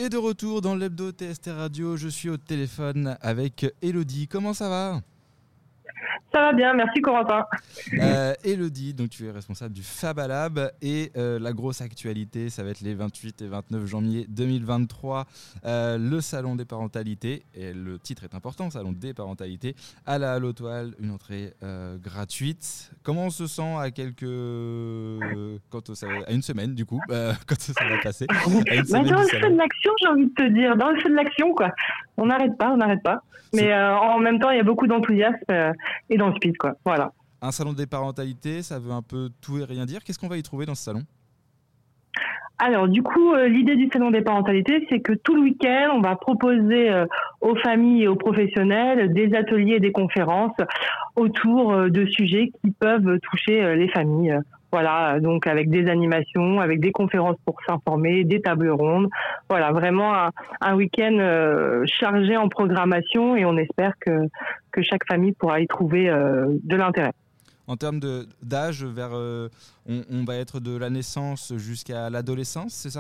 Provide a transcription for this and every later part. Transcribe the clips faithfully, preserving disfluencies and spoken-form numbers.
Et de retour dans l'hebdo T S T Radio, je suis au téléphone avec Élodie. Comment ça va ? Ça va bien, merci Corentin. Euh, Élodie, donc tu es responsable du Fabalab et euh, la grosse actualité, ça va être les vingt-huit et vingt-neuf janvier deux mille vingt-trois, euh, le salon des parentalités, et le titre est important, salon des parentalités, à la Halle aux Toiles, une entrée euh, gratuite. Comment on se sent à quelques, quand ça... à une semaine du coup, euh, quand ça va passer à une bah Dans le feu de l'action, j'ai envie de te dire, dans le feu de l'action quoi. On n'arrête pas, on n'arrête pas. Mais euh, en même temps, il y a beaucoup d'enthousiasme euh, et dans le speed, quoi. Voilà. Un salon des parentalités, ça veut un peu tout et rien dire. Qu'est-ce qu'on va y trouver dans ce salon ? Alors, du coup, euh, l'idée du salon des parentalités, c'est que tout le week-end, on va proposer euh, aux familles et aux professionnels des ateliers et des conférences autour euh, de sujets qui peuvent toucher euh, les familles. Voilà, donc avec des animations, avec des conférences pour s'informer, des tables rondes. Voilà, vraiment un, un week-end euh, chargé en programmation et on espère que, que chaque famille pourra y trouver euh, de l'intérêt. En termes de, d'âge, vers, euh, on, on va être de la naissance jusqu'à l'adolescence, c'est ça ?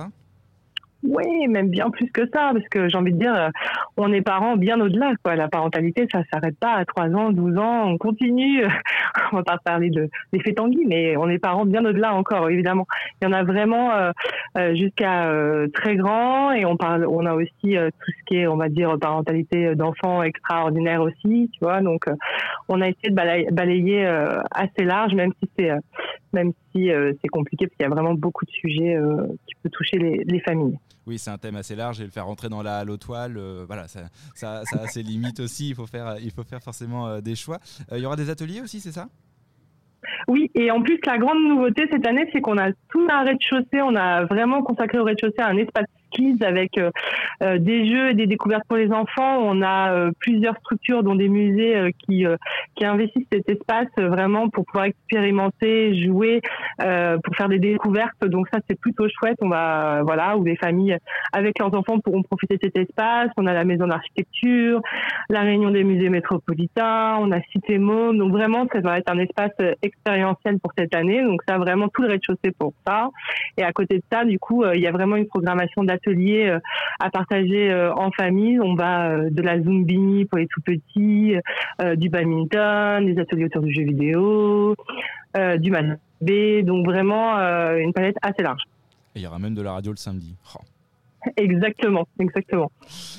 Oui, même bien plus que ça, parce que j'ai envie de dire, on est parents bien au-delà, quoi. La parentalité, ça s'arrête pas à trois ans, douze ans, on continue. On va pas parler de l'effet Tanguy, mais on est parents bien au-delà encore, évidemment. Il y en a vraiment euh, jusqu'à euh, très grand, et on parle, on a aussi euh, tout ce qui est, on va dire, parentalité d'enfants extraordinaire aussi, tu vois. Donc, euh, on a essayé de balayer, balayer euh, assez large, même si c'est, euh, même si euh, c'est compliqué, parce qu'il y a vraiment beaucoup de sujets euh, qui peuvent toucher les, les familles. Oui, c'est un thème assez large et le faire rentrer dans la Halle aux Toiles, euh, voilà, ça, ça, ça a ses limites aussi. Il faut faire, il faut faire forcément euh, des choix. Euh, il y aura des ateliers aussi, c'est ça ? Oui, et en plus, la grande nouveauté cette année, c'est qu'on a tout un rez-de-chaussée. On a vraiment consacré au rez-de-chaussée un espace kids avec euh, euh, des jeux et des découvertes pour les enfants. On a euh, plusieurs structures, dont des musées euh, qui euh, qui investissent cet espace euh, vraiment pour pouvoir expérimenter, jouer, euh, pour faire des découvertes. Donc ça, c'est plutôt chouette. On va, euh, voilà, où les familles avec leurs enfants pourront profiter de cet espace. On a la maison d'architecture, la réunion des musées métropolitains, on a Cité Môme. Donc vraiment, ça va être un espace expérientiel pour cette année. Donc ça, vraiment tout le rez-de-chaussée pour ça. Et à côté de ça, du coup, euh, il y a vraiment une programmation d'ateliers euh, à partager euh, en famille. On va euh, de la Zumbini pour les tout petits, euh, du badminton, des ateliers autour du jeu vidéo, euh, du manabé. Donc vraiment euh, une palette assez large. Et il y aura même de la radio le samedi. Oh. Exactement, exactement.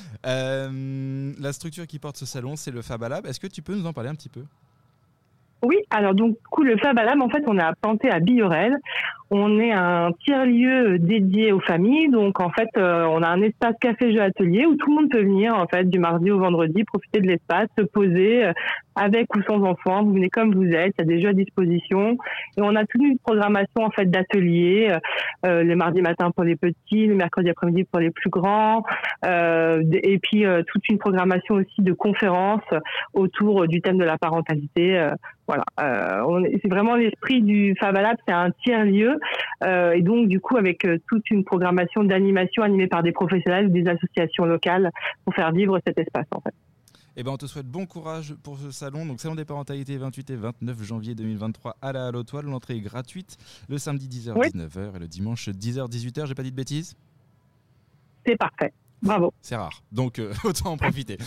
Euh, la structure qui porte ce salon, c'est le Fabalab. Est-ce que tu peux nous en parler un petit peu ? Oui, alors donc du coup le Fabalab, en fait, on est implanté à Billorel. On est un tiers-lieu dédié aux familles, donc en fait, euh, on a un espace café-jeu atelier où tout le monde peut venir en fait du mardi au vendredi, profiter de l'espace, se poser euh, avec ou sans enfants. Vous venez comme vous êtes, il y a des jeux à disposition et on a toute une programmation en fait d'ateliers, euh, le mardi matin pour les petits, le mercredi après-midi pour les plus grands, euh, et puis euh, toute une programmation aussi de conférences autour du thème de la parentalité. Euh, voilà, euh, on, c'est vraiment l'esprit du Fabalab, c'est un tiers-lieu. Euh, et donc, du coup, avec euh, toute une programmation d'animation animée par des professionnels ou des associations locales pour faire vivre cet espace, en fait. Eh ben, on te souhaite bon courage pour ce salon. Donc, salon des parentalités vingt-huit et vingt-neuf janvier deux mille vingt-trois à la Halle aux Toiles. L'entrée est gratuite le samedi dix heures dix-neuf heures oui. Et le dimanche dix heures dix-huit heures. J'ai pas dit de bêtises ? C'est parfait. Bravo. C'est rare, donc euh, autant en profiter.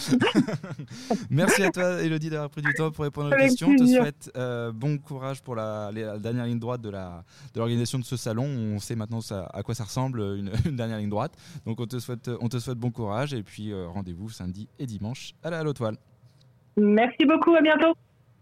Merci à toi, Élodie, d'avoir pris du temps pour répondre aux Avec questions. On te plaisir. souhaite euh, bon courage pour la, la dernière ligne droite de, la, de l'organisation de ce salon. On sait maintenant ça, à quoi ça ressemble, une, une dernière ligne droite. Donc on te souhaite, on te souhaite bon courage et puis euh, rendez-vous samedi et dimanche à la Halle aux Toiles. Merci beaucoup, à bientôt.